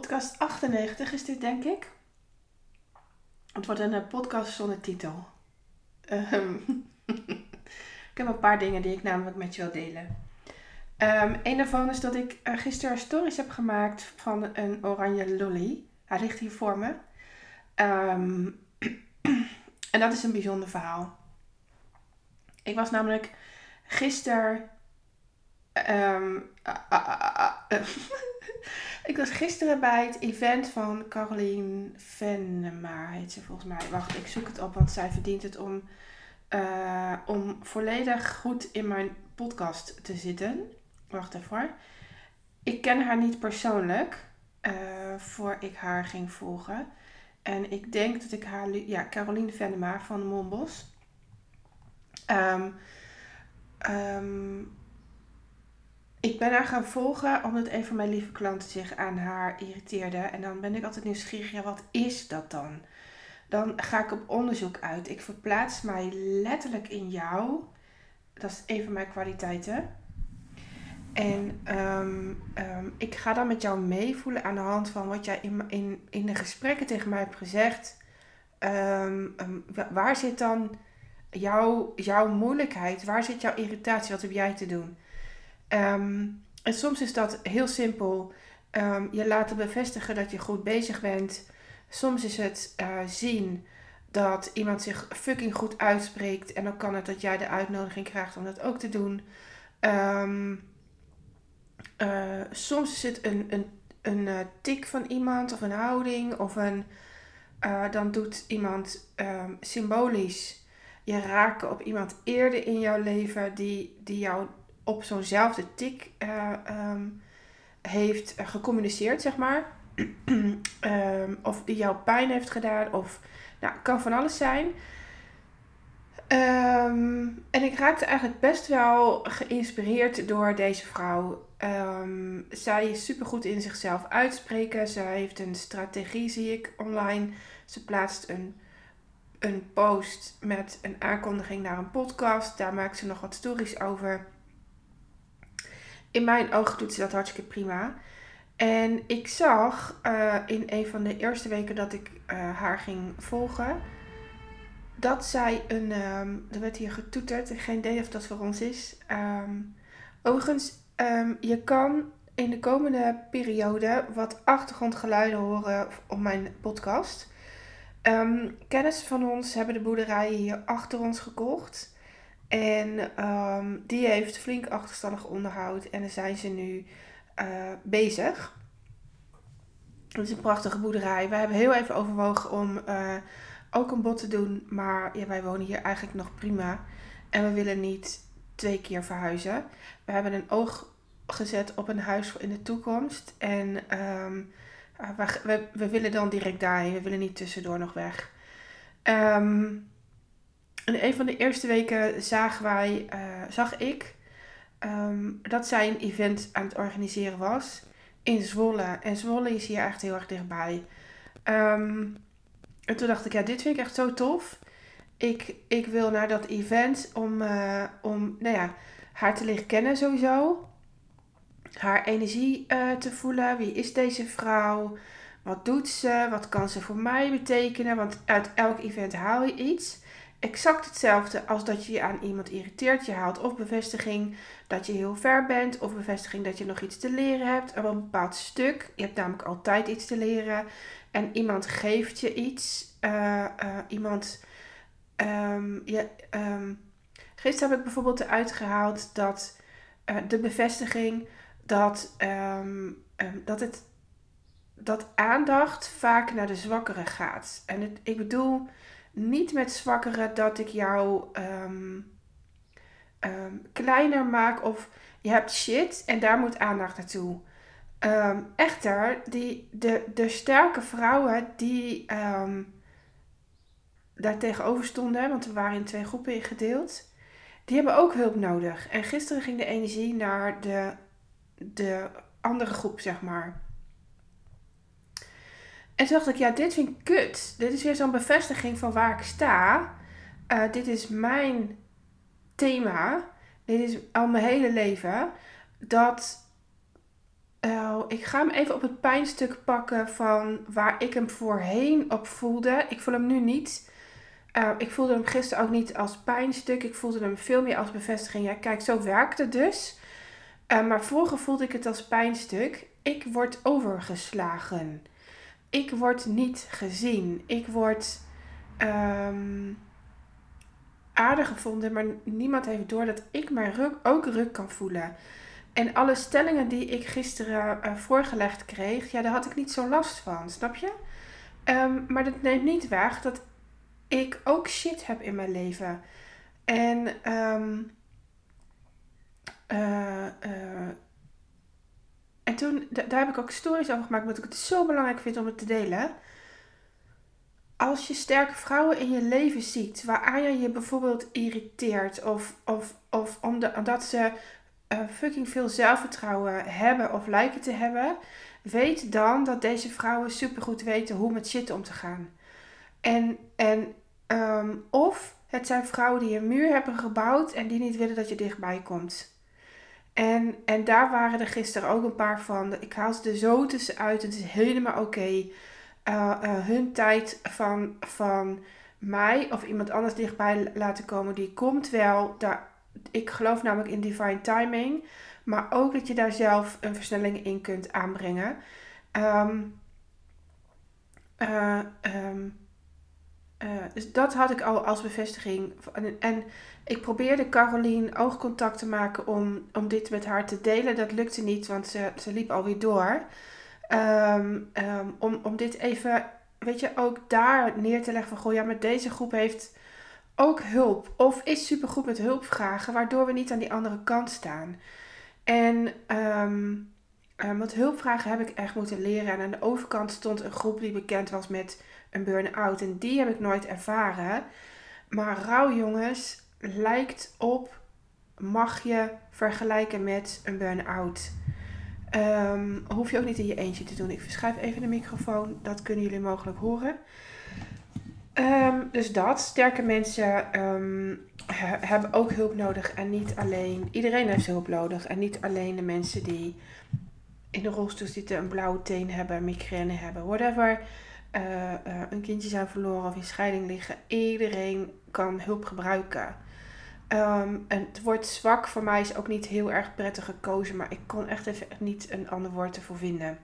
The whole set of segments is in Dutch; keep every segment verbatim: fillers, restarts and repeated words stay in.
podcast achtennegentig is dit, denk ik. Het wordt een uh, podcast zonder titel. Um, ik heb een paar dingen die ik namelijk met je wil delen. Um, een daarvan is dat ik uh, gisteren stories heb gemaakt van een oranje lolly. Hij ligt hier voor me. Um, en dat is een bijzonder verhaal. Ik was namelijk gisteren... Um, uh, uh, uh, uh, ik was gisteren bij het event van Caroline Venema, heet ze volgens mij. Wacht, ik zoek het op, want zij verdient het om, uh, om volledig goed in mijn podcast te zitten. Wacht even hoor. Ik ken haar niet persoonlijk, uh, voor ik haar ging volgen. En ik denk dat ik haar... Ja, Caroline Venema van de Monbos. Um, um, Ik ben haar gaan volgen omdat een van mijn lieve klanten zich aan haar irriteerde. En dan ben ik altijd nieuwsgierig, ja, wat is dat dan? Dan ga ik op onderzoek uit. Ik verplaats mij letterlijk in jou. Dat is een van mijn kwaliteiten. En um, um, ik ga dan met jou meevoelen aan de hand van wat jij in, in, in de gesprekken tegen mij hebt gezegd. Um, um, waar zit dan jouw, jouw moeilijkheid? Waar zit jouw irritatie? Wat heb jij te doen? Um, en soms is dat heel simpel. Um, je laten bevestigen dat je goed bezig bent. Soms is het uh, zien dat iemand zich fucking goed uitspreekt. En dan kan het dat jij de uitnodiging krijgt om dat ook te doen. Um, uh, soms is het een, een, een uh, tik van iemand of een houding. Of een, uh, dan doet iemand um, symbolisch je raken op iemand eerder in jouw leven die, die jou op zo'nzelfde tik uh, um, heeft gecommuniceerd, zeg maar. um, of die jou pijn heeft gedaan. Of, nou, kan van alles zijn. Um, en ik raakte eigenlijk best wel geïnspireerd door deze vrouw. Um, zij is supergoed in zichzelf uitspreken. Zij heeft een strategie, zie ik online. Ze plaatst een, een post met een aankondiging naar een podcast. Daar maakt ze nog wat stories over. In mijn ogen doet ze dat hartstikke prima. En ik zag uh, in een van de eerste weken dat ik uh, haar ging volgen, dat zij een, um, er werd hier getoeterd, geen idee of dat voor ons is. Um, overigens, um, je kan in de komende periode wat achtergrondgeluiden horen op mijn podcast. Um, kennissen van ons hebben de boerderijen hier achter ons gekocht. En um, die heeft flink achterstallig onderhoud. En daar zijn ze nu uh, bezig. Het is een prachtige boerderij. Wij hebben heel even overwogen om uh, ook een bod te doen. Maar ja, wij wonen hier eigenlijk nog prima. En we willen niet twee keer verhuizen. We hebben een oog gezet op een huis voor in de toekomst. En um, we, we, we willen dan direct daarheen. We willen niet tussendoor nog weg. Um, In een van de eerste weken zagen wij, uh, zag ik um, dat zij een event aan het organiseren was in Zwolle. En Zwolle is hier echt heel erg dichtbij. Um, en toen dacht ik, ja, dit vind ik echt zo tof. Ik, ik wil naar dat event om, uh, om nou ja, haar te leren kennen sowieso. Haar energie uh, te voelen. Wie is deze vrouw? Wat doet ze? Wat kan ze voor mij betekenen? Want uit elk event haal je iets. Exact hetzelfde als dat je je aan iemand irriteert. Je haalt of bevestiging dat je heel ver bent. Of bevestiging dat je nog iets te leren hebt. Op een bepaald stuk. Je hebt namelijk altijd iets te leren. En iemand geeft je iets. Uh, uh, iemand... Um, je, um, gisteren heb ik bijvoorbeeld eruit gehaald dat uh, de bevestiging dat, um, um, dat, het, dat aandacht vaak naar de zwakkere gaat. En het, ik bedoel... Niet met zwakkeren dat ik jou um, um, kleiner maak of je hebt shit en daar moet aandacht naartoe. Um, echter, die, de, de sterke vrouwen die um, daar tegenover stonden, want we waren in twee groepen ingedeeld, die hebben ook hulp nodig. En gisteren ging de energie naar de, de andere groep, zeg maar. En toen dacht ik, ja, dit vind ik kut. Dit is weer zo'n bevestiging van waar ik sta. Uh, dit is mijn thema. Dit is al mijn hele leven. Dat uh, ik ga hem even op het pijnstuk pakken van waar ik hem voorheen op voelde. Ik voel hem nu niet. Uh, ik voelde hem gisteren ook niet als pijnstuk. Ik voelde hem veel meer als bevestiging. Ja, kijk, zo werkt het dus. Uh, maar vroeger voelde ik het als pijnstuk. Ik word overgeslagen. Ik word niet gezien. Ik word um, aardig gevonden, maar niemand heeft door dat ik mijn rug, ook ruk kan voelen. En alle stellingen die ik gisteren uh, voorgelegd kreeg, ja, daar had ik niet zo last van, snap je? Um, maar dat neemt niet weg dat ik ook shit heb in mijn leven. En um, uh, uh, En toen, d- daar heb ik ook stories over gemaakt, omdat ik het zo belangrijk vind om het te delen. Als je sterke vrouwen in je leven ziet, waaraan je je bijvoorbeeld irriteert, of, of, of omdat ze uh, fucking veel zelfvertrouwen hebben of lijken te hebben, weet dan dat deze vrouwen supergoed weten hoe met shit om te gaan. En, en um, of het zijn vrouwen die een muur hebben gebouwd en die niet willen dat je dichtbij komt. En, en daar waren er gisteren ook een paar van. Ik haal ze er zo tussenuit. Het is helemaal oké. Okay. Uh, uh, hun tijd van, van mij of iemand anders dichtbij laten komen, die komt wel. Daar, ik geloof namelijk in divine timing. Maar ook dat je daar zelf een versnelling in kunt aanbrengen. Um, uh, um, uh, dus dat had ik al als bevestiging. En, en ik probeerde Carolien oogcontact te maken om, om dit met haar te delen. Dat lukte niet, want ze, ze liep alweer door. Um, um, om, om dit even, weet je, ook daar neer te leggen van, goh, ja, met deze groep heeft ook hulp. Of is supergoed met hulp vragen, waardoor we niet aan die andere kant staan. En um, um, wat hulpvragen heb ik echt moeten leren. En aan de overkant stond een groep die bekend was met een burn-out. En die heb ik nooit ervaren. Maar rouw, jongens, lijkt op, mag je vergelijken met een burn-out. Um, hoef je ook niet in je eentje te doen. Ik verschuif even de microfoon. Dat kunnen jullie mogelijk horen. Um, dus dat. Sterke mensen um, he, hebben ook hulp nodig. En niet alleen... Iedereen heeft hulp nodig. En niet alleen de mensen die in de rolstoel zitten, een blauwe teen hebben, migraine hebben, whatever. Uh, uh, een kindje zijn verloren of in scheiding liggen. Iedereen kan hulp gebruiken. Um, en het woord zwak voor mij is ook niet heel erg prettig gekozen, maar ik kon echt even niet een ander woord ervoor vinden.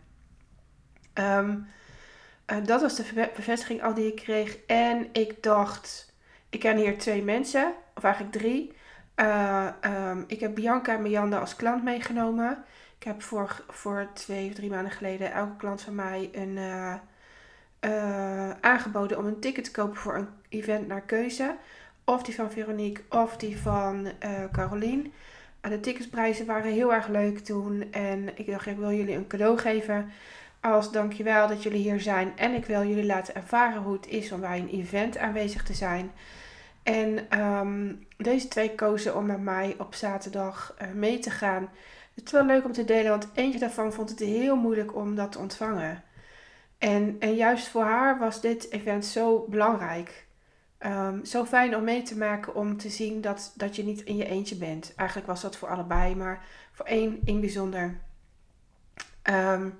Um, uh, dat was de bevestiging al die ik kreeg. En ik dacht, ik ken hier twee mensen, of eigenlijk drie. Uh, um, ik heb Bianca en Miranda als klant meegenomen. Ik heb voor, voor twee of drie maanden geleden elke klant van mij een, uh, uh, aangeboden om een ticket te kopen voor een event naar keuze. Of die van Veronique, of die van uh, Carolien. Uh, de ticketsprijzen waren heel erg leuk toen. En ik dacht, ik wil jullie een cadeau geven. Als dankjewel dat jullie hier zijn. En ik wil jullie laten ervaren hoe het is om bij een event aanwezig te zijn. En um, deze twee kozen om met mij op zaterdag uh, mee te gaan. Het is wel leuk om te delen, want eentje daarvan vond het heel moeilijk om dat te ontvangen. En, en juist voor haar was dit event zo belangrijk. Um, zo fijn om mee te maken, om te zien dat, dat je niet in je eentje bent. Eigenlijk was dat voor allebei, maar voor één in bijzonder. Um,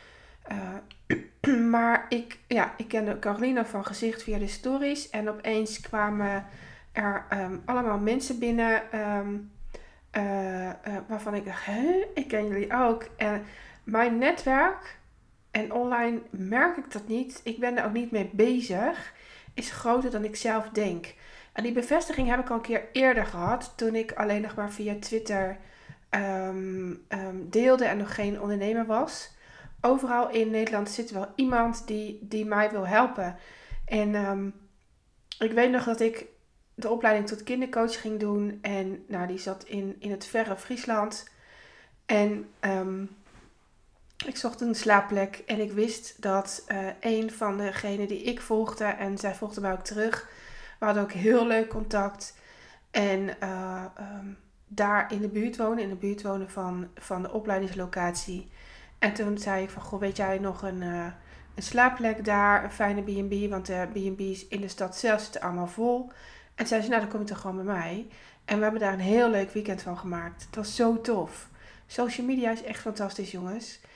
uh, maar ik, ja, ik kende Carolina van gezicht via de stories. En opeens kwamen er um, allemaal mensen binnen um, uh, uh, waarvan ik dacht, hè, ik ken jullie ook. En mijn netwerk, en online merk ik dat niet, ik ben er ook niet mee bezig, is groter dan ik zelf denk. En die bevestiging heb ik al een keer eerder gehad, toen ik alleen nog maar via Twitter um, um, deelde en nog geen ondernemer was. Overal in Nederland zit wel iemand die, die mij wil helpen. En um, ik weet nog dat ik de opleiding tot kindercoach ging doen. En nou, die zat in, in het verre Friesland. En um, ik zocht een slaapplek. En ik wist dat uh, een van degenen die ik volgde, en zij volgde mij ook terug. We hadden ook heel leuk contact. En uh, um, daar in de buurt wonen. In de buurt wonen van, van de opleidingslocatie. En toen zei ik van, goh, weet jij nog een, uh, een slaapplek daar, een fijne B en B, want de B en B's in de stad zelf zitten allemaal vol. En zei ze, nou dan kom je toch gewoon bij mij. En we hebben daar een heel leuk weekend van gemaakt. Het was zo tof. Social media is echt fantastisch, jongens.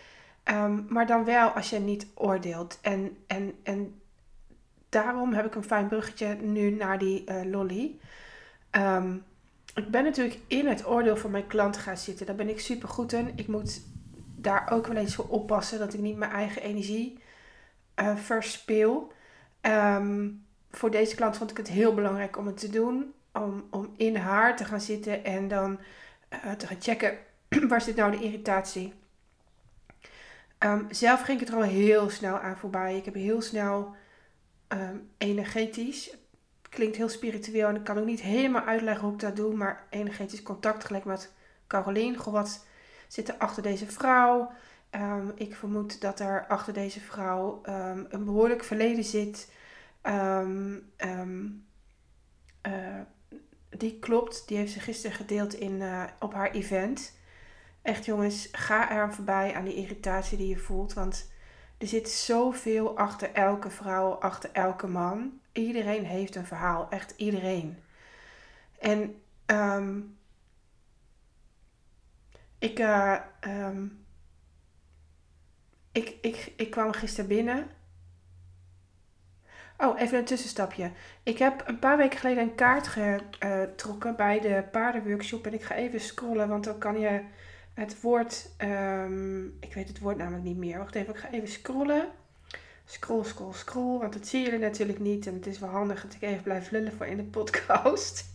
Um, maar dan wel als je niet oordeelt. En, en, en daarom heb ik een fijn bruggetje nu naar die uh, lolly. Um, ik ben natuurlijk in het oordeel van mijn klant gaan zitten. Daar ben ik super goed in. Ik moet daar ook wel eens voor oppassen dat ik niet mijn eigen energie uh, verspil. Um, voor deze klant vond ik het heel belangrijk om het te doen. Om, om in haar te gaan zitten en dan uh, te gaan checken waar zit nou de irritatie. Um, zelf ging ik het er al heel snel aan voorbij. Ik heb heel snel um, energetisch, klinkt heel spiritueel en ik kan ook niet helemaal uitleggen hoe ik dat doe, maar energetisch contact gelijk met Carolien. Goh, wat zit er achter deze vrouw? Um, ik vermoed dat er achter deze vrouw um, een behoorlijk verleden zit. Um, um, uh, die klopt, die heeft ze gisteren gedeeld in, uh, op haar event. Echt jongens, ga er voorbij aan die irritatie die je voelt. Want er zit zoveel achter elke vrouw, achter elke man. Iedereen heeft een verhaal, echt iedereen. En um, ik, uh, um, ik, ik, ik kwam gisteren binnen. Oh, even een tussenstapje. Ik heb een paar weken geleden een kaart getrokken bij de paardenworkshop. En ik ga even scrollen, want dan kan je het woord... Um, ik weet het woord namelijk niet meer. Wacht even, ik ga even scrollen. Scroll, scroll, scroll. Want dat zien jullie natuurlijk niet. En het is wel handig dat ik even blijf lullen voor in de podcast.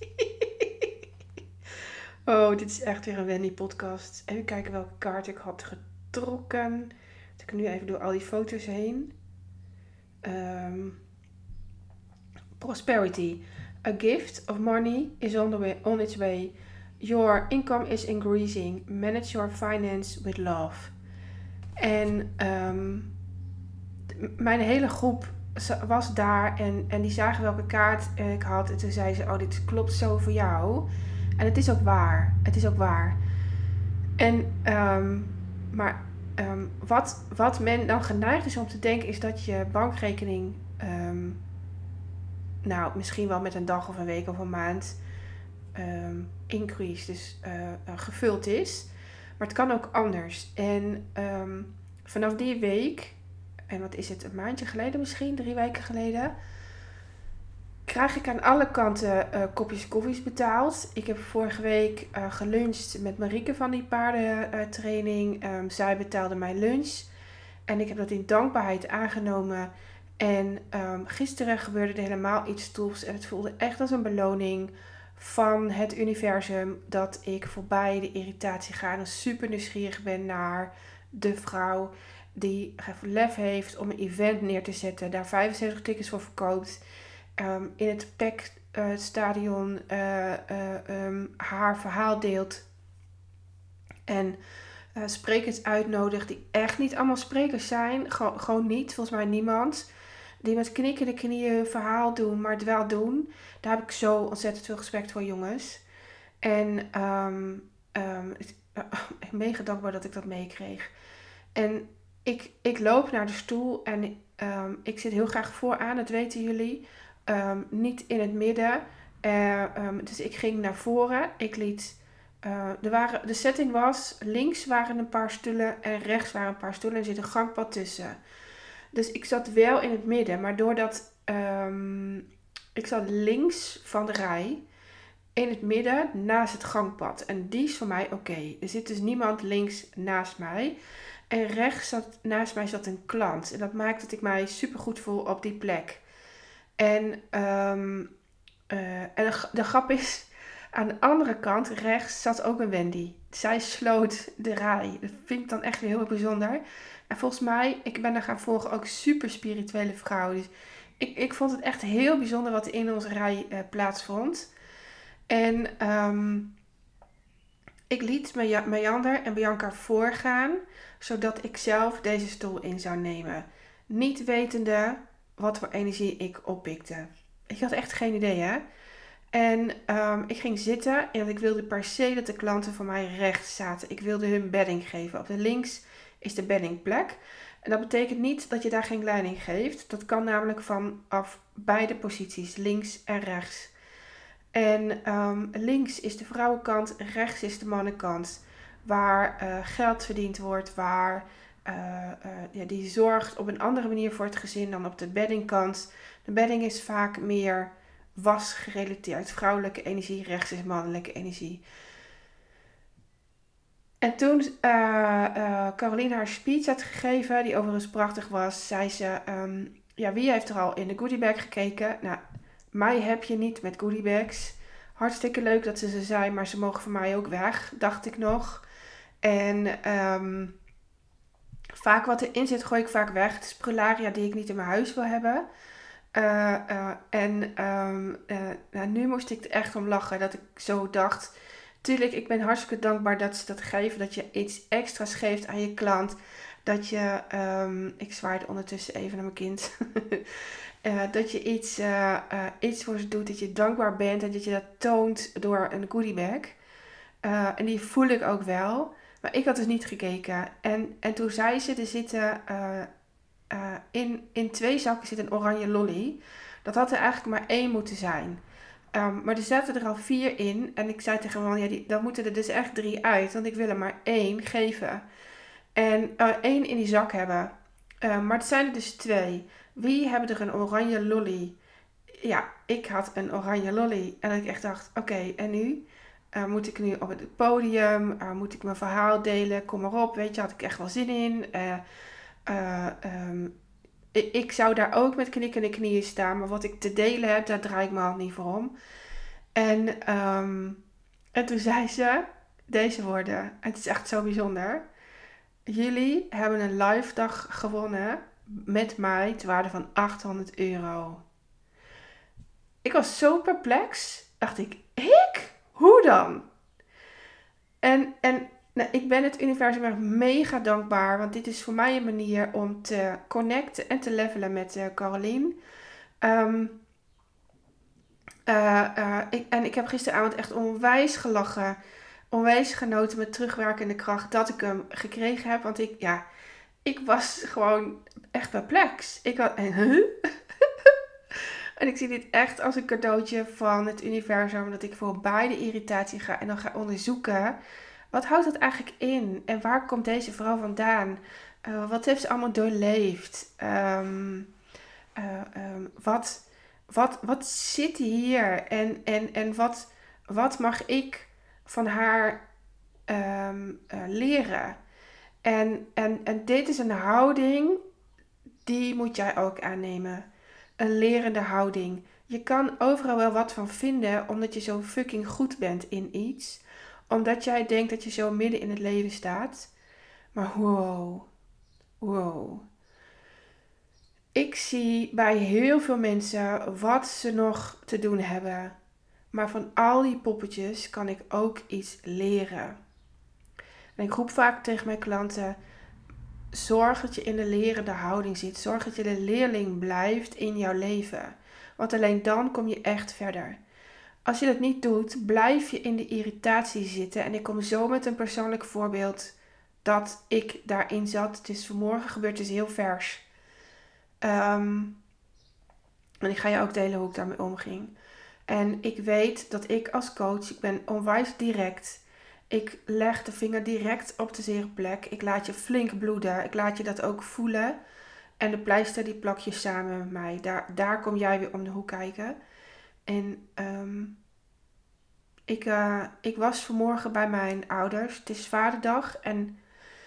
Oh, dit is echt weer een Wendy podcast. Even kijken welke kaart ik had getrokken. Dus ik nu even door al die foto's heen. Um, prosperity. A gift of money is on, the way, on its way. Your income is increasing. Manage your finance with love. En um, mijn hele groep was daar en, en die zagen welke kaart ik had. En toen zei ze, oh, dit klopt zo voor jou. En het is ook waar. Het is ook waar. En, um, maar um, wat, wat men dan geneigd is om te denken, is dat je bankrekening, um, nou, misschien wel met een dag of een week of een maand, um, increase, dus uh, uh, gevuld is. Maar het kan ook anders. En um, vanaf die week, en wat is het, een maandje geleden misschien, drie weken geleden, krijg ik aan alle kanten uh, kopjes koffies betaald. Ik heb vorige week uh, geluncht met Marieke van die paardentraining. Uh, um, zij betaalde mijn lunch. En ik heb dat in dankbaarheid aangenomen. En um, gisteren gebeurde er helemaal iets tofs. En het voelde echt als een beloning van het universum dat ik voorbij de irritatie ga. En super nieuwsgierig ben naar de vrouw die lef heeft om een event neer te zetten. Daar vijfenzeventig tickets voor verkoopt. Um, in het P E C-stadion uh, uh, um, haar verhaal deelt. En uh, sprekers uitnodigt die echt niet allemaal sprekers zijn. Go- gewoon niet, volgens mij niemand. Die met knikkende knieën hun verhaal doen, maar het wel doen. Daar heb ik zo ontzettend veel respect voor, jongens. En um, um, ik ben uh, mega dankbaar dat ik dat meekreeg. En ik, ik loop naar de stoel en um, ik zit heel graag vooraan, dat weten jullie. Um, niet in het midden. Uh, um, dus ik ging naar voren. Ik liet... Uh, er waren, de setting was, links waren een paar stoelen en rechts waren een paar stoelen. En er zit een gangpad tussen. Dus ik zat wel in het midden. Maar doordat... Um, ik zat links van de rij. In het midden, naast het gangpad. En die is voor mij oké. Okay. Er zit dus niemand links naast mij. En rechts zat, naast mij zat een klant. En dat maakt dat ik mij super goed voel op die plek. En, um, uh, en de, de grap is, aan de andere kant, rechts, zat ook een Wendy. Zij sloot de rij. Dat vind ik dan echt weer heel bijzonder. En volgens mij, ik ben daar gaan volgen, ook super spirituele vrouwen. Dus ik, ik vond het echt heel bijzonder wat er in onze rij uh, plaatsvond. En um, ik liet Meander en Bianca voorgaan, zodat ik zelf deze stoel in zou nemen. Niet wetende wat voor energie ik oppikte. Ik had echt geen idee, hè. En um, ik ging zitten en ik wilde per se dat de klanten van mij rechts zaten. Ik wilde hun bedding geven. Op de links is de beddingplek. En dat betekent niet dat je daar geen leiding geeft. Dat kan namelijk vanaf beide posities, links en rechts. En um, links is de vrouwenkant, rechts is de mannenkant. Waar uh, geld verdiend wordt, waar uh, uh, ja, die zorgt op een andere manier voor het gezin dan op de beddingkant. De bedding is vaak meer wasgerelateerd. Vrouwelijke energie, rechts is mannelijke energie. En toen uh, uh, Caroline haar speech had gegeven, die overigens prachtig was, zei ze, um, ja, wie heeft er al in de goodiebag gekeken? Nou, mij heb je niet met goodiebags. Hartstikke leuk dat ze ze zei, maar ze mogen voor mij ook weg, dacht ik nog. En um, vaak wat erin zit, gooi ik vaak weg. Het is prularia die ik niet in mijn huis wil hebben. Uh, uh, en um, uh, nou, nu moest ik er echt om lachen, dat ik zo dacht, tuurlijk, ik ben hartstikke dankbaar dat ze dat geven, dat je iets extra's geeft aan je klant. Dat je, um, ik zwaaide ondertussen even naar mijn kind, uh, dat je iets, uh, uh, iets voor ze doet, dat je dankbaar bent en dat je dat toont door een goodiebag. Uh, en die voel ik ook wel, maar ik had dus niet gekeken. En, en toen zei ze, er zitten uh, uh, in, in twee zakken zit een oranje lolly. Dat had er eigenlijk maar één moeten zijn. Um, maar er zaten er al vier in. En ik zei tegen hem, ja, die, dan moeten er dus echt drie uit. Want ik wil er maar één geven. En uh, één in die zak hebben. Uh, maar het zijn er dus twee. Wie hebben er een oranje lolly? Ja, ik had een oranje lolly. En ik echt dacht, oké, okay, en nu? Uh, moet ik nu op het podium? Uh, moet ik mijn verhaal delen? Kom maar op, weet je, had ik echt wel zin in. Uh, uh, um, ik, ik zou daar ook met knikkende knieën staan. Maar wat ik te delen heb, daar draai ik me al niet voor om. En, um, en toen zei ze deze woorden. En het is echt zo bijzonder. Jullie hebben een live dag gewonnen met mij ter waarde van achthonderd euro. Ik was zo perplex. Dacht ik, ik? Hoe dan? En, en nou, ik ben het universum echt mega dankbaar. Want dit is voor mij een manier om te connecten en te levelen met uh, Caroline. Um, uh, uh, ik, en ik heb gisteravond echt onwijs gelachen. Onwijs genoten met terugwerkende kracht dat ik hem gekregen heb. Want ik, ja, ik was gewoon echt perplex. Ik had, en, huh? En ik zie dit echt als een cadeautje van het universum. Dat ik voorbij de irritatie ga en dan ga onderzoeken. Wat houdt dat eigenlijk in? En waar komt deze vrouw vandaan? Uh, wat heeft ze allemaal doorleefd? Um, uh, um, wat, wat, wat zit hier? En, en, en wat, wat mag ik van haar um, uh, leren? En, en, en dit is een houding, die moet jij ook aannemen. Een lerende houding. Je kan overal wel wat van vinden, omdat je zo fucking goed bent in iets. Omdat jij denkt dat je zo midden in het leven staat. Maar wow, wow. Ik zie bij heel veel mensen wat ze nog te doen hebben. Maar van al die poppetjes kan ik ook iets leren. En ik roep vaak tegen mijn klanten, zorg dat je in de lerende houding zit. Zorg dat je de leerling blijft in jouw leven. Want alleen dan kom je echt verder. Als je dat niet doet, blijf je in de irritatie zitten. En ik kom zo met een persoonlijk voorbeeld dat ik daarin zat. Het is vanmorgen gebeurd, het is heel vers. Um, en ik ga je ook delen hoe ik daarmee omging. En ik weet dat ik als coach, ik ben onwijs direct. Ik leg de vinger direct op de zere plek. Ik laat je flink bloeden. Ik laat je dat ook voelen. En de pleister die plak je samen met mij. Daar, daar kom jij weer om de hoek kijken. En um, ik, uh, ik was vanmorgen bij mijn ouders. Het is vaderdag. En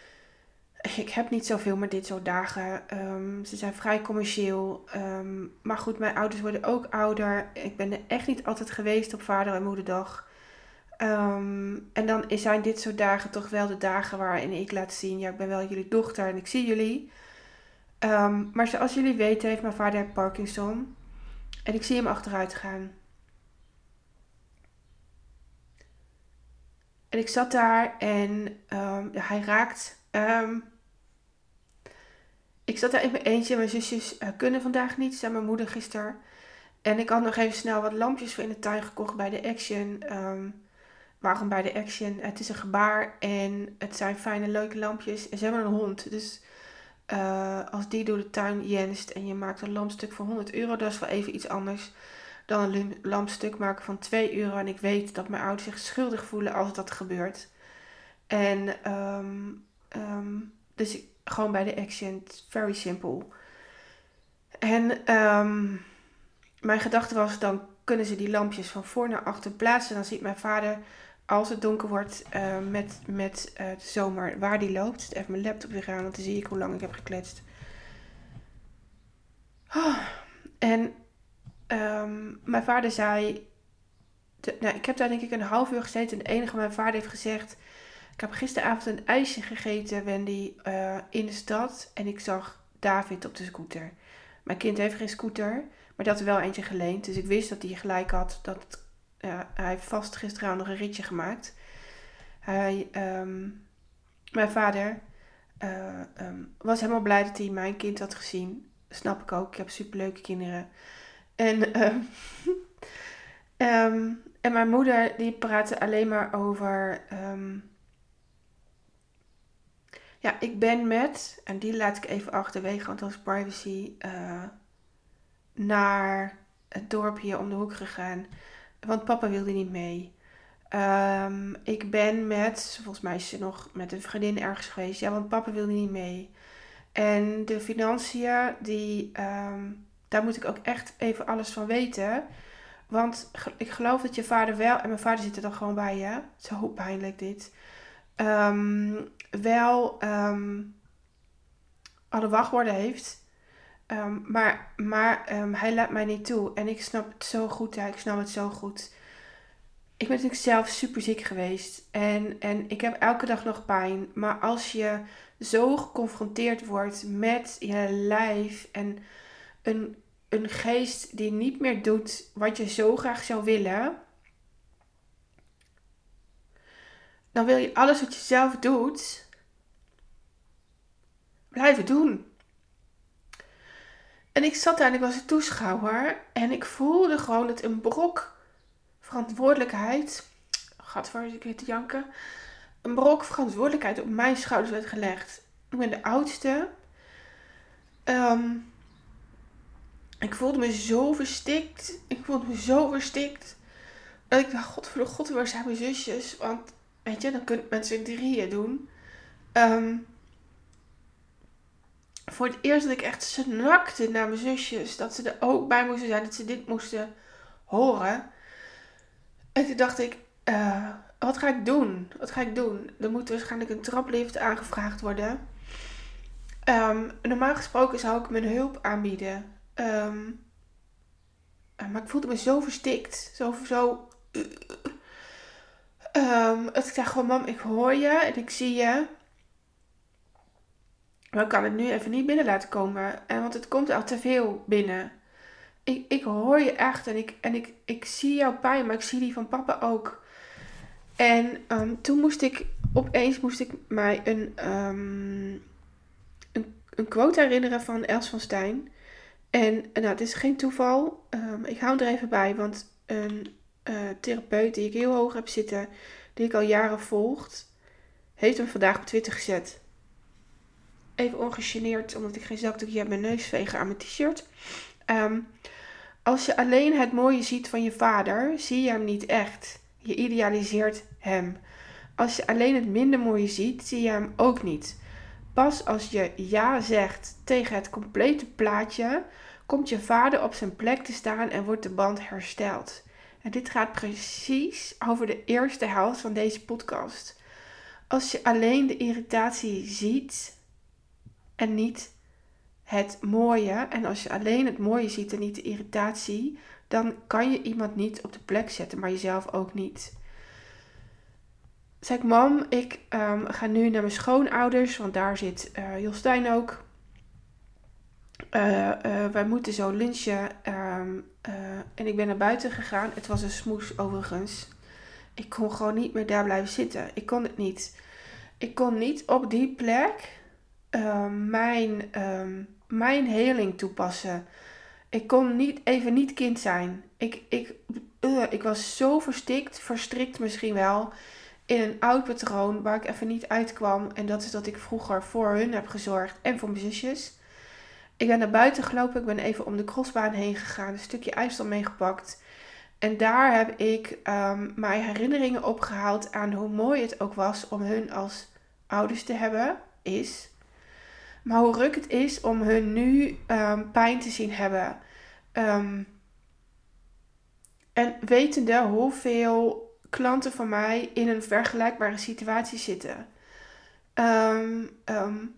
ik heb niet zoveel met dit soort dagen. Um, ze zijn vrij commercieel. Um, maar goed, mijn ouders worden ook ouder. Ik ben er echt niet altijd geweest op vader- en moederdag. Um, en dan zijn dit soort dagen toch wel de dagen waarin ik laat zien, ja, ik ben wel jullie dochter en ik zie jullie. Um, maar zoals jullie weten heeft mijn vader Parkinson. En ik zie hem achteruit gaan. En ik zat daar en um, ja, hij raakt. Um, ik zat daar in mijn eentje. Mijn zusjes uh, kunnen vandaag niet, zei mijn moeder gisteren. En ik had nog even snel wat lampjes voor in de tuin gekocht bij de Action. Um, Waarom bij de Action? Het is een gebaar en het zijn fijne, leuke lampjes. En ze hebben een hond. Dus uh, als die door de tuin jenst en je maakt een lampstuk voor honderd euro, dat is wel even iets anders dan een lampstuk maken van twee euro. En ik weet dat mijn ouders zich schuldig voelen als dat gebeurt. En um, um, dus ik, Gewoon bij de Action. Very simple. En um, mijn gedachte was, dan kunnen ze die lampjes van voor naar achter plaatsen. Dan ziet mijn vader, als het donker wordt, uh, met, met uh, de zomer waar die loopt. Zet even mijn laptop weer aan, want dan zie ik hoe lang ik heb gekletst. Oh. En um, mijn vader zei... De, nou, ik heb daar denk ik een half uur gezeten. En het enige wat mijn vader heeft gezegd... Ik heb gisteravond een ijsje gegeten, Wendy, uh, in de stad. En ik zag David op de scooter. Mijn kind heeft geen scooter, maar dat had er wel eentje geleend. Dus ik wist dat hij gelijk had. Dat, uh, hij heeft vast gisteravond nog een ritje gemaakt. Hij, um, mijn vader uh, um, was helemaal blij dat hij mijn kind had gezien. Snap ik ook. Ik heb superleuke kinderen. En, um, um, en mijn moeder die praatte alleen maar over... Um, ja, ik ben met... En die laat ik even achterwege, want dat is privacy... Uh, naar het dorp hier om de hoek gegaan. Want papa wilde niet mee. Um, ik ben met... Volgens mij is ze nog met een vriendin ergens geweest. Ja, want papa wilde niet mee. En de financiën, die... Um, daar moet ik ook echt even alles van weten. Want ik geloof dat je vader wel... En mijn vader zit er dan gewoon bij, hè? Zo pijnlijk dit. Um, wel um, alle wachtwoorden heeft... Um, maar maar um, hij laat mij niet toe. En ik snap het zo goed. Ja, ik snap het zo goed. Ik ben natuurlijk zelf super ziek geweest. En, en ik heb elke dag nog pijn. Maar als je zo geconfronteerd wordt met je lijf. En een, een geest die niet meer doet wat je zo graag zou willen. Dan wil je alles wat je zelf doet. Blijven doen. En ik zat daar en ik was een toeschouwer. En ik voelde gewoon dat een brok verantwoordelijkheid... Gadver, ik weet te janken. Een brok verantwoordelijkheid op mijn schouders werd gelegd. Ik ben de oudste. Um, ik voelde me zo verstikt. Ik voelde me zo verstikt. Dat ik dacht, god voor de god, waar zijn mijn zusjes? Want, weet je, dan kunnen mensen in drieën doen. Um, Voor het eerst dat ik echt snakte naar mijn zusjes. Dat ze er ook bij moesten zijn. Dat ze dit moesten horen. En toen dacht ik. Uh, wat ga ik doen? Wat ga ik doen? Er moet waarschijnlijk een traplift aangevraagd worden. Um, normaal gesproken zou ik mijn hulp aanbieden. Um, uh, maar ik voelde me zo verstikt. Zo... zo uh, um, dat ik dacht gewoon, mam, ik hoor je. En ik zie je. Maar ik kan het nu even niet binnen laten komen. En want het komt al te veel binnen. Ik, ik hoor je echt. En, ik, en ik, ik zie jouw pijn. Maar ik zie die van papa ook. En um, toen moest ik... Opeens moest ik mij een... Um, een, een quote herinneren van Els van Stijn. En nou, het is geen toeval. Um, ik hou er even bij. Want een uh, therapeut die ik heel hoog heb zitten. Die ik al jaren volgt. Heeft hem vandaag op Twitter gezet. Even ongegeneerd, omdat ik geen zakdoekje heb, mijn neus vegen aan mijn t-shirt. Um, als je alleen het mooie ziet van je vader, zie je hem niet echt. Je idealiseert hem. Als je alleen het minder mooie ziet, zie je hem ook niet. Pas als je ja zegt tegen het complete plaatje, komt je vader op zijn plek te staan en wordt de band hersteld. En dit gaat precies over de eerste helft van deze podcast. Als je alleen de irritatie ziet... En niet het mooie. En als je alleen het mooie ziet en niet de irritatie. Dan kan je iemand niet op de plek zetten. Maar jezelf ook niet. Zeg ik, mam, ik um, ga nu naar mijn schoonouders. Want daar zit uh, Jostijn ook. Uh, uh, wij moeten zo lunchen. Um, uh, en ik ben naar buiten gegaan. Het was een smoes overigens. Ik kon gewoon niet meer daar blijven zitten. Ik kon het niet. Ik kon niet op die plek... Uh, mijn, uh, mijn heling toepassen. Ik kon niet, even niet kind zijn. Ik, ik, uh, ik was zo verstikt, verstrikt misschien wel, in een oud patroon waar ik even niet uitkwam. En dat is dat ik vroeger voor hun heb gezorgd en voor mijn zusjes. Ik ben naar buiten gelopen, ik ben even om de crossbaan heen gegaan, een stukje ijsel meegepakt. En daar heb ik um, mijn herinneringen opgehaald aan hoe mooi het ook was om hun als ouders te hebben, is... Maar hoe ruk het is om hun nu um, pijn te zien hebben. Um, en wetende hoeveel klanten van mij in een vergelijkbare situatie zitten. Um, um,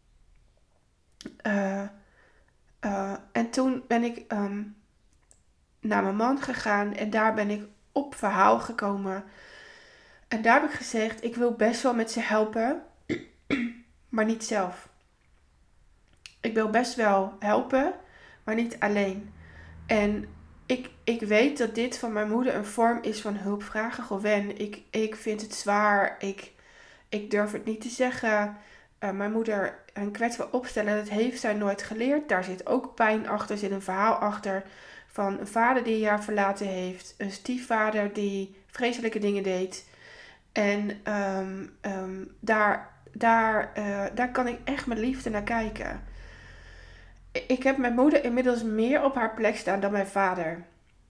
uh, uh, en toen ben ik um, naar mijn man gegaan en daar ben ik op verhaal gekomen. En daar heb ik gezegd, ik wil best wel met ze helpen, maar niet zelf. Ik wil best wel helpen, maar niet alleen. En ik, ik weet dat dit van mijn moeder een vorm is van hulp vragen. Gwen, ik, ik vind het zwaar. Ik, ik durf het niet te zeggen. Uh, mijn moeder een kwetsbaar opstellen, dat heeft zij nooit geleerd. Daar zit ook pijn achter, zit een verhaal achter van een vader die haar verlaten heeft. Een stiefvader die vreselijke dingen deed. En um, um, daar, daar, uh, daar kan ik echt met liefde naar kijken. Ik heb mijn moeder inmiddels meer op haar plek staan dan mijn vader.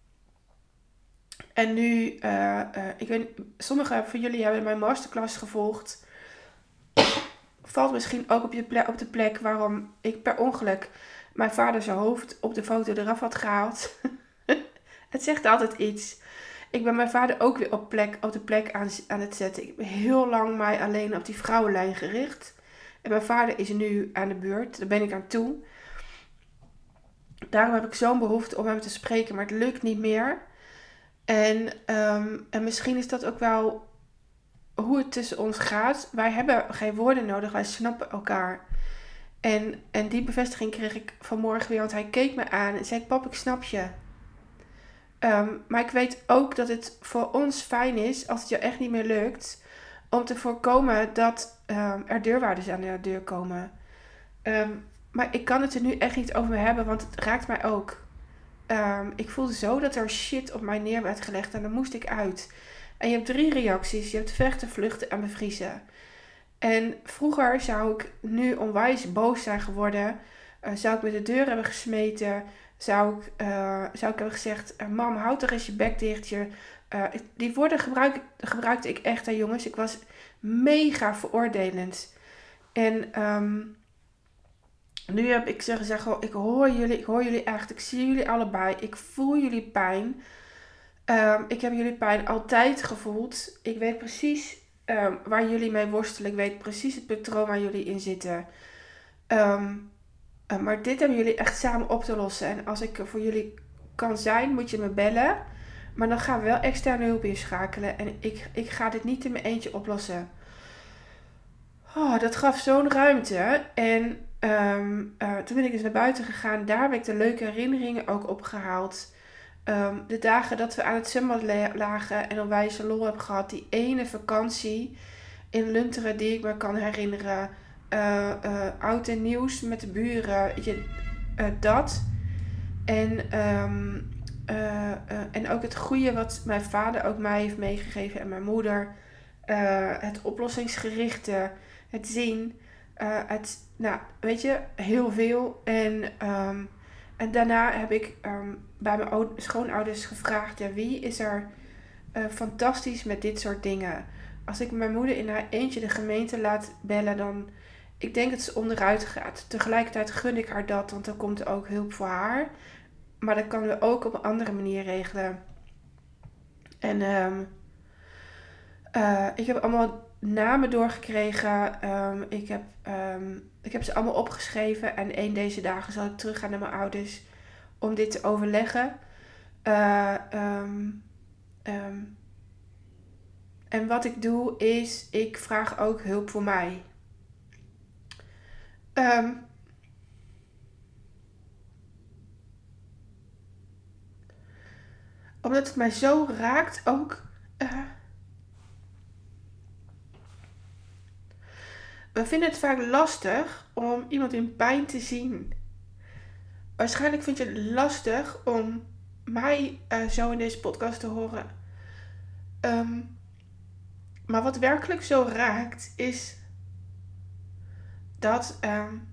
En nu, uh, uh, ik weet, sommigen van jullie hebben mijn masterclass gevolgd. Valt misschien ook op, je plek, op de plek waarom ik per ongeluk mijn vader zijn hoofd op de foto eraf had gehaald. Het zegt altijd iets. Ik ben mijn vader ook weer op, plek, op de plek aan, aan het zetten. Ik heb heel lang mij alleen op die vrouwenlijn gericht. En mijn vader is nu aan de beurt. Daar ben ik aan toe. Daarom heb ik zo'n behoefte om hem te spreken, maar het lukt niet meer. En, um, en misschien is dat ook wel hoe het tussen ons gaat. Wij hebben geen woorden nodig, wij snappen elkaar. En, en die bevestiging kreeg ik vanmorgen weer, want hij keek me aan en zei, pap, ik snap je. Um, maar ik weet ook dat het voor ons fijn is, als het je echt niet meer lukt, om te voorkomen dat um, er deurwaarders aan de deur komen. Um, maar ik kan het er nu echt niet over me hebben, want het raakt mij ook. Um, ik voelde zo dat er shit op mij neer werd gelegd en dan moest ik uit. En je hebt drie reacties. Je hebt vechten, vluchten en bevriezen. En vroeger zou ik nu onwijs boos zijn geworden. Uh, zou ik met de deur hebben gesmeten. Zou ik, uh, zou ik hebben gezegd, uh, mam, houd toch eens je bek dicht. Je, uh, die woorden gebruik, gebruikte ik echt, hè, jongens. Ik was mega veroordelend. En um, nu heb ik zeggen, oh, ik hoor jullie, ik hoor jullie echt. Ik zie jullie allebei. Ik voel jullie pijn. Um, ik heb jullie pijn altijd gevoeld. Ik weet precies um, waar jullie mee worstelen. Ik weet precies het patroon waar jullie in zitten. Um, uh, maar dit hebben jullie echt samen op te lossen. En als ik er voor jullie kan zijn, moet je me bellen. Maar dan gaan we wel externe hulp inschakelen. En ik, ik ga dit niet in mijn eentje oplossen. Oh, dat gaf zo'n ruimte. En um, uh, toen ben ik dus naar buiten gegaan. Daar heb ik de leuke herinneringen ook opgehaald. Um, de dagen dat we aan het zwembad lagen en onwijs lol heb gehad. Die ene vakantie in Lunteren die ik me kan herinneren. Uh, uh, oud en nieuws met de buren. Weet je, uh, dat. En, um, uh, uh, en ook het goede wat mijn vader ook mij heeft meegegeven en mijn moeder. Uh, het oplossingsgerichte. Het zien. Uh, het, nou, weet je, heel veel. En... Um, En daarna heb ik um, bij mijn o- schoonouders gevraagd, ja, wie is er uh, fantastisch met dit soort dingen? Als ik mijn moeder in haar eentje de gemeente laat bellen, dan, ik denk dat ze onderuit gaat. Tegelijkertijd gun ik haar dat, want dan komt er ook hulp voor haar. Maar dat kan we ook op een andere manier regelen. En um, uh, ik heb allemaal namen doorgekregen. Um, ik, heb, um, ik heb ze allemaal opgeschreven. En een deze dagen zal ik teruggaan naar mijn ouders om dit te overleggen. Uh, um, um, en wat ik doe is, ik vraag ook hulp voor mij. Um, omdat het mij zo raakt ook. Uh, we vinden het vaak lastig om iemand in pijn te zien. Waarschijnlijk vind je het lastig om mij uh, zo in deze podcast te horen. Um, maar wat werkelijk zo raakt is dat um,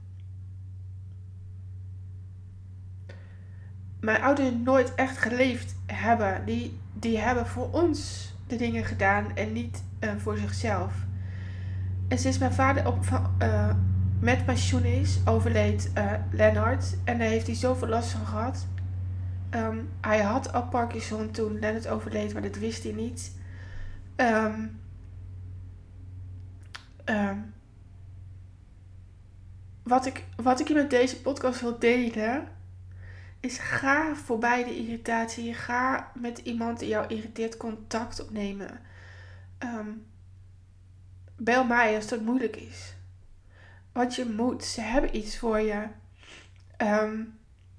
mijn ouders nooit echt geleefd hebben. Die, die hebben voor ons de dingen gedaan en niet uh, voor zichzelf. En sinds mijn vader op, uh, met pensioen is, overleed uh, Lennart. En daar heeft hij zoveel last van gehad. Um, hij had al Parkinson toen Lennart overleed, maar dat wist hij niet. Um, um, wat, ik, wat ik je met deze podcast wil delen, is ga voorbij de irritatie. Ga met iemand die jou irriteert contact opnemen. Um, bel mij als dat moeilijk is. Want je moet, ze hebben iets voor je. Um,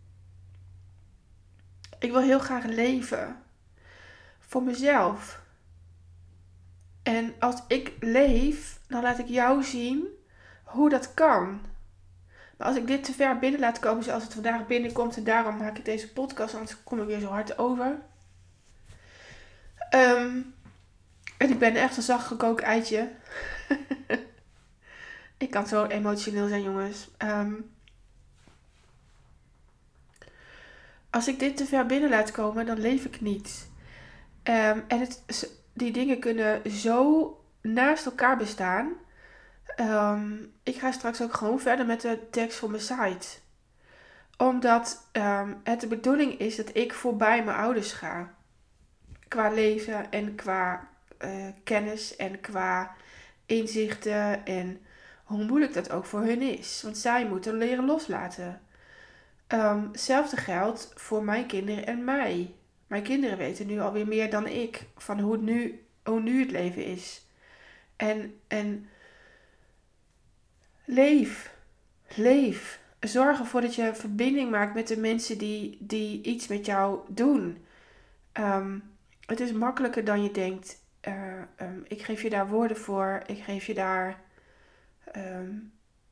ik wil heel graag leven. Voor mezelf. En als ik leef, dan laat ik jou zien hoe dat kan. Maar als ik dit te ver binnen laat komen zoals het vandaag binnenkomt, en daarom maak ik deze podcast, anders kom ik weer zo hard over. Um, en ik ben echt een zacht gekookt eitje. Ik kan zo emotioneel zijn, jongens. Um, als ik dit te ver binnen laat komen, dan leef ik niet. Um, en het, die dingen kunnen zo naast elkaar bestaan. Um, ik ga straks ook gewoon verder met de tekst voor mijn site. Omdat um, het de bedoeling is dat ik voorbij mijn ouders ga. Qua leven en qua uh, kennis en qua inzichten en hoe moeilijk dat ook voor hun is. Want zij moeten leren loslaten. Um, hetzelfde geldt voor mijn kinderen en mij. Mijn kinderen weten nu alweer meer dan ik van hoe, het nu, hoe nu het leven is. En, en leef. Leef. Zorg ervoor dat je verbinding maakt met de mensen die, die iets met jou doen. Um, het is makkelijker dan je denkt. Uh, um, ik geef je daar woorden voor. Ik geef je daar um,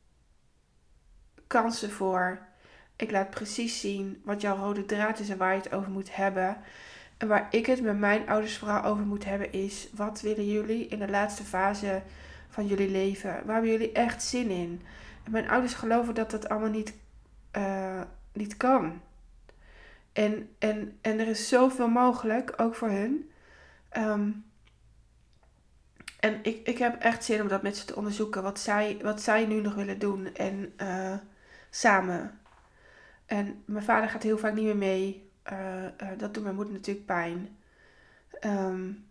kansen voor. Ik laat precies zien wat jouw rode draad is en waar je het over moet hebben. En waar ik het met mijn ouders vooral over moet hebben is, wat willen jullie in de laatste fase van jullie leven? Waar hebben jullie echt zin in? En mijn ouders geloven dat dat allemaal niet, uh, niet kan. En, en, en er is zoveel mogelijk, ook voor hun. Um, en ik, ik heb echt zin om dat met ze te onderzoeken. Wat zij, wat zij nu nog willen doen. En uh, samen. En mijn vader gaat heel vaak niet meer mee. Uh, uh, dat doet mijn moeder natuurlijk pijn. Um,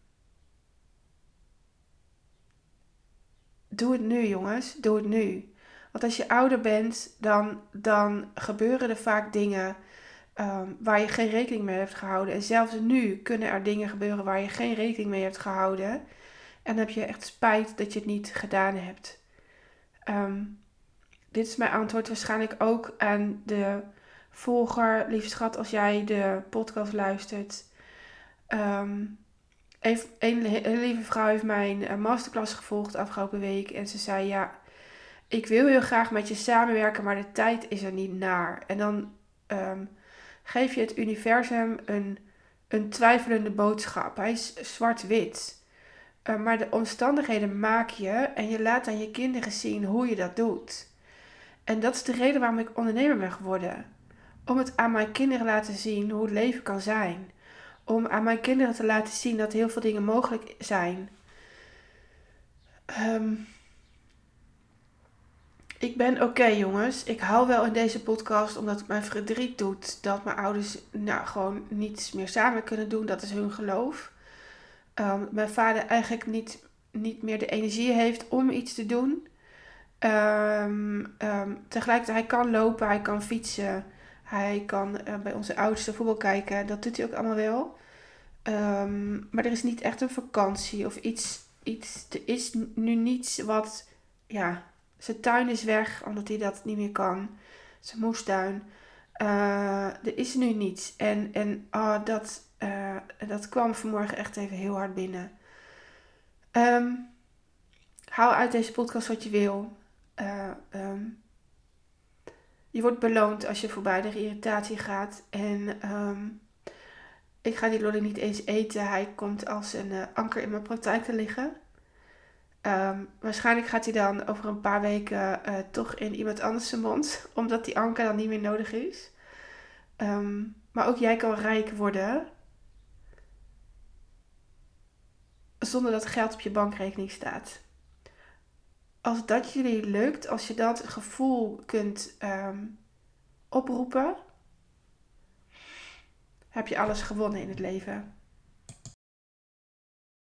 doe het nu, jongens. Doe het nu. Want als je ouder bent, dan, dan gebeuren er vaak dingen um, waar je geen rekening mee hebt gehouden. En zelfs nu kunnen er dingen gebeuren waar je geen rekening mee hebt gehouden. En dan heb je echt spijt dat je het niet gedaan hebt. Um, dit is mijn antwoord waarschijnlijk ook aan de volger. Lieve schat, als jij de podcast luistert. Um, een, een, een lieve vrouw heeft mijn masterclass gevolgd afgelopen week. En ze zei, ja, ik wil heel graag met je samenwerken, maar de tijd is er niet naar. En dan um, geef je het universum een, een twijfelende boodschap. Hij is zwart-wit. Uh, maar de omstandigheden maak je en je laat aan je kinderen zien hoe je dat doet. En dat is de reden waarom ik ondernemer ben geworden. Om het aan mijn kinderen te laten zien hoe het leven kan zijn. Om aan mijn kinderen te laten zien dat heel veel dingen mogelijk zijn. Um, ik ben oké, okay, jongens. Ik hou wel in deze podcast omdat het mij verdriet doet dat mijn ouders nou, gewoon niets meer samen kunnen doen. Dat is hun geloof. Um, mijn vader eigenlijk niet, niet meer de energie heeft om iets te doen. Um, um, tegelijkertijd, hij kan lopen, hij kan fietsen. Hij kan uh, bij onze oudste voetbal kijken. Dat doet hij ook allemaal wel. Um, maar er is niet echt een vakantie of iets. iets er is nu niets wat... Ja, zijn tuin is weg, omdat hij dat niet meer kan. Zijn moestuin. Uh, er is nu niets. En, en oh, dat, uh, dat kwam vanmorgen echt even heel hard binnen. Um, haal uit deze podcast wat je wil. Uh, um, je wordt beloond als je voorbij de irritatie gaat. En um, ik ga die lolly niet eens eten. Hij komt als een uh, anker in mijn praktijk te liggen. Um, waarschijnlijk gaat hij dan over een paar weken uh, toch in iemand anders zijn mond. Omdat die anker dan niet meer nodig is. Um, maar ook jij kan rijk worden. Zonder dat geld op je bankrekening staat. als dat jullie lukt, als je dat gevoel kunt um, oproepen, heb je alles gewonnen in het leven.